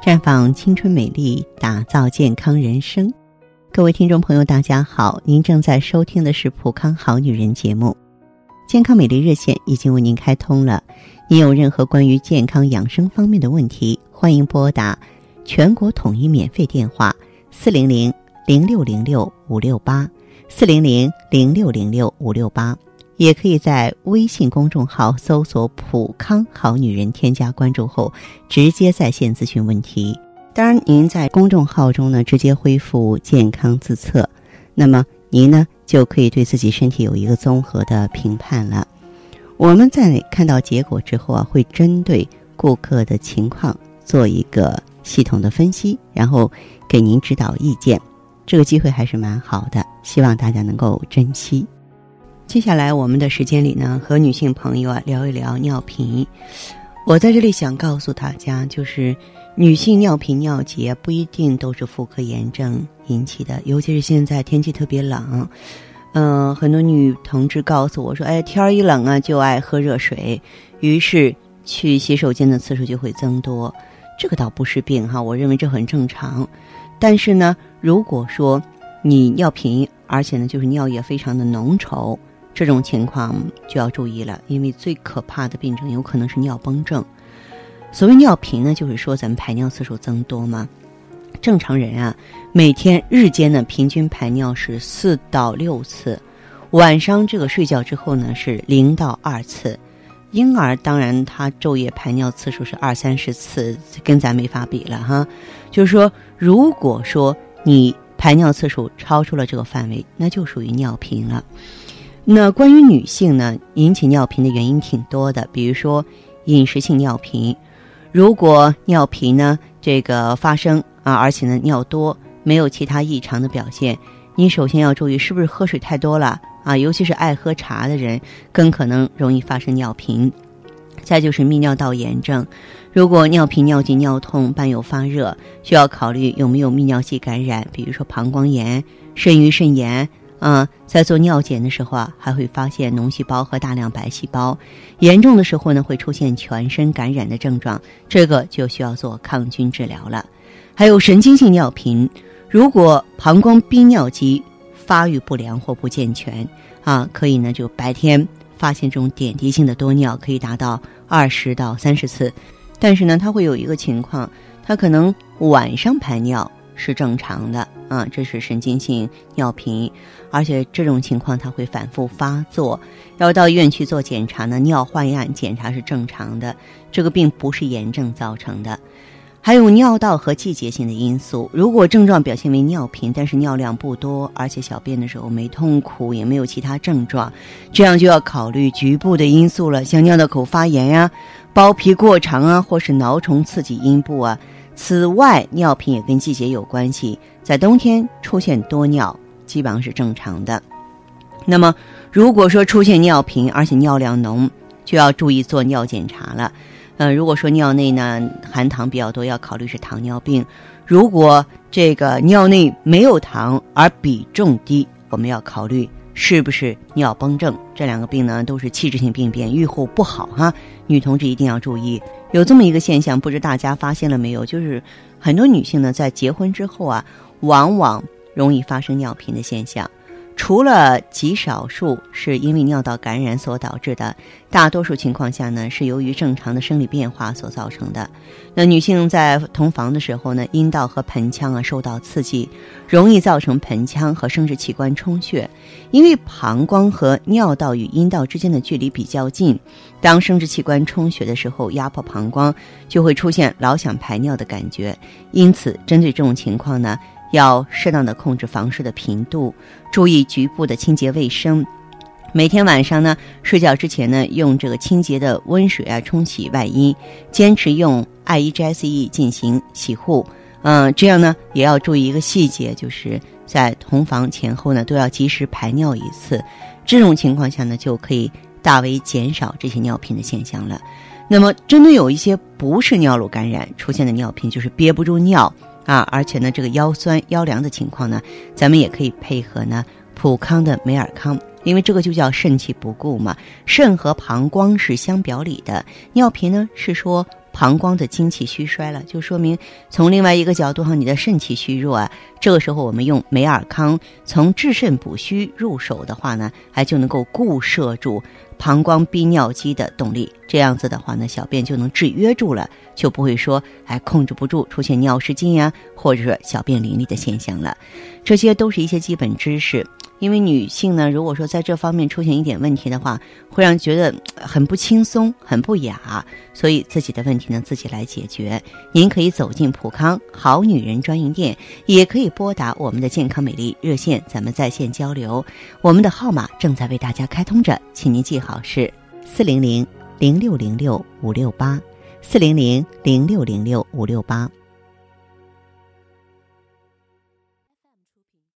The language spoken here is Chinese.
绽放青春美丽，打造健康人生。各位听众朋友大家好，您正在收听的是普康好女人节目。健康美丽热线已经为您开通了，您有任何关于健康养生方面的问题，欢迎拨打全国统一免费电话400-0606-568 400-0606-568，也可以在微信公众号搜索普康好女人，添加关注后直接在线咨询问题。当然您在公众号中呢直接恢复健康自测，那么您呢就可以对自己身体有一个综合的评判了。我们在看到结果之后啊，会针对顾客的情况做一个系统的分析，然后给您指导意见。这个机会还是蛮好的，希望大家能够珍惜。接下来我们的时间里呢，和女性朋友聊一聊尿频。我在这里想告诉大家，就是女性尿频尿结不一定都是妇科炎症引起的，尤其是现在天气特别冷，很多女同志告诉我说，天一冷啊就爱喝热水，于是去洗手间的次数就会增多。这个倒不是病哈，我认为这很正常。但是呢，如果说你尿频，而且呢就是尿液非常的浓稠，这种情况就要注意了，因为最可怕的病症有可能是尿崩症。所谓尿频呢，就是说咱们排尿次数增多嘛。正常人啊，每天日间呢平均排尿是4到6次，晚上这个睡觉之后呢是0到2次。婴儿当然他昼夜排尿次数是20-30次，跟咱没法比了哈。就是说，如果说你排尿次数超出了这个范围，那就属于尿频了。那关于女性呢，引起尿频的原因挺多的，比如说饮食性尿频。如果尿频呢这个发生而且呢尿多，没有其他异常的表现，你首先要注意是不是喝水太多了尤其是爱喝茶的人更可能容易发生尿频。再就是泌尿道炎症，如果尿频、尿急、尿痛伴有发热，需要考虑有没有泌尿系感染，比如说膀胱炎、肾盂肾炎在做尿检的时候还会发现脓细胞和大量白细胞，严重的时候呢会出现全身感染的症状，这个就需要做抗菌治疗了。还有神经性尿频，如果膀胱逼尿肌发育不良或不健全可以呢就白天发现这种点滴性的多尿，可以达到20到30次，但是呢它会有一个情况，它可能晚上排尿是正常的这是神经性尿频，而且这种情况它会反复发作，要到医院去做检查呢，尿化验检查是正常的，这个并不是炎症造成的。还有尿道和季节性的因素，如果症状表现为尿频，但是尿量不多，而且小便的时候没痛苦，也没有其他症状，这样就要考虑局部的因素了，像尿道口发炎包皮过长或是蛲虫刺激阴部此外，尿频也跟季节有关系，在冬天出现多尿基本上是正常的。那么如果说出现尿频而且尿量浓，就要注意做尿检查了。如果说尿内呢含糖比较多，要考虑是糖尿病。如果这个尿内没有糖而比重低，我们要考虑是不是尿崩症。这两个病呢都是器质性病变，预后不好女同志一定要注意。有这么一个现象，不知大家发现了没有，就是很多女性呢在结婚之后往往容易发生尿频的现象。除了极少数是因为尿道感染所导致的，大多数情况下呢是由于正常的生理变化所造成的。那女性在同房的时候呢，阴道和盆腔受到刺激，容易造成盆腔和生殖器官充血。因为膀胱和尿道与阴道之间的距离比较近，当生殖器官充血的时候，压迫膀胱就会出现老想排尿的感觉。因此针对这种情况呢，要适当的控制房事的频度，注意局部的清洁卫生。每天晚上呢，睡觉之前呢，用这个清洁的温水冲洗外阴，坚持用 IEGSE 进行洗护。这样呢，也要注意一个细节，就是在同房前后呢，都要及时排尿一次。这种情况下呢，就可以大为减少这些尿频的现象了。那么，针对有一些不是尿路感染出现的尿频，就是憋不住尿而且呢，这个腰酸腰凉的情况呢，咱们也可以配合呢普康的美尔康，因为这个就叫肾气不固嘛，肾和膀胱是相表里的。尿频呢是说膀胱的精气虚衰了，就说明从另外一个角度上，你的肾气虚弱啊。这个时候我们用美尔康从治肾补虚入手的话呢，就能够固摄住膀胱逼尿肌的动力，这样子的话呢，小便就能制约住了，就不会说控制不住出现尿失禁呀，或者是小便淋漓的现象了。这些都是一些基本知识。因为女性呢，如果说在这方面出现一点问题的话，会让觉得很不轻松，很不雅，所以自己的问题呢自己来解决。您可以走进普康好女人专营店，也可以拨打我们的健康美丽热线，咱们在线交流。我们的号码正在为大家开通着，请您记好是400-0606-568，400-0606-568。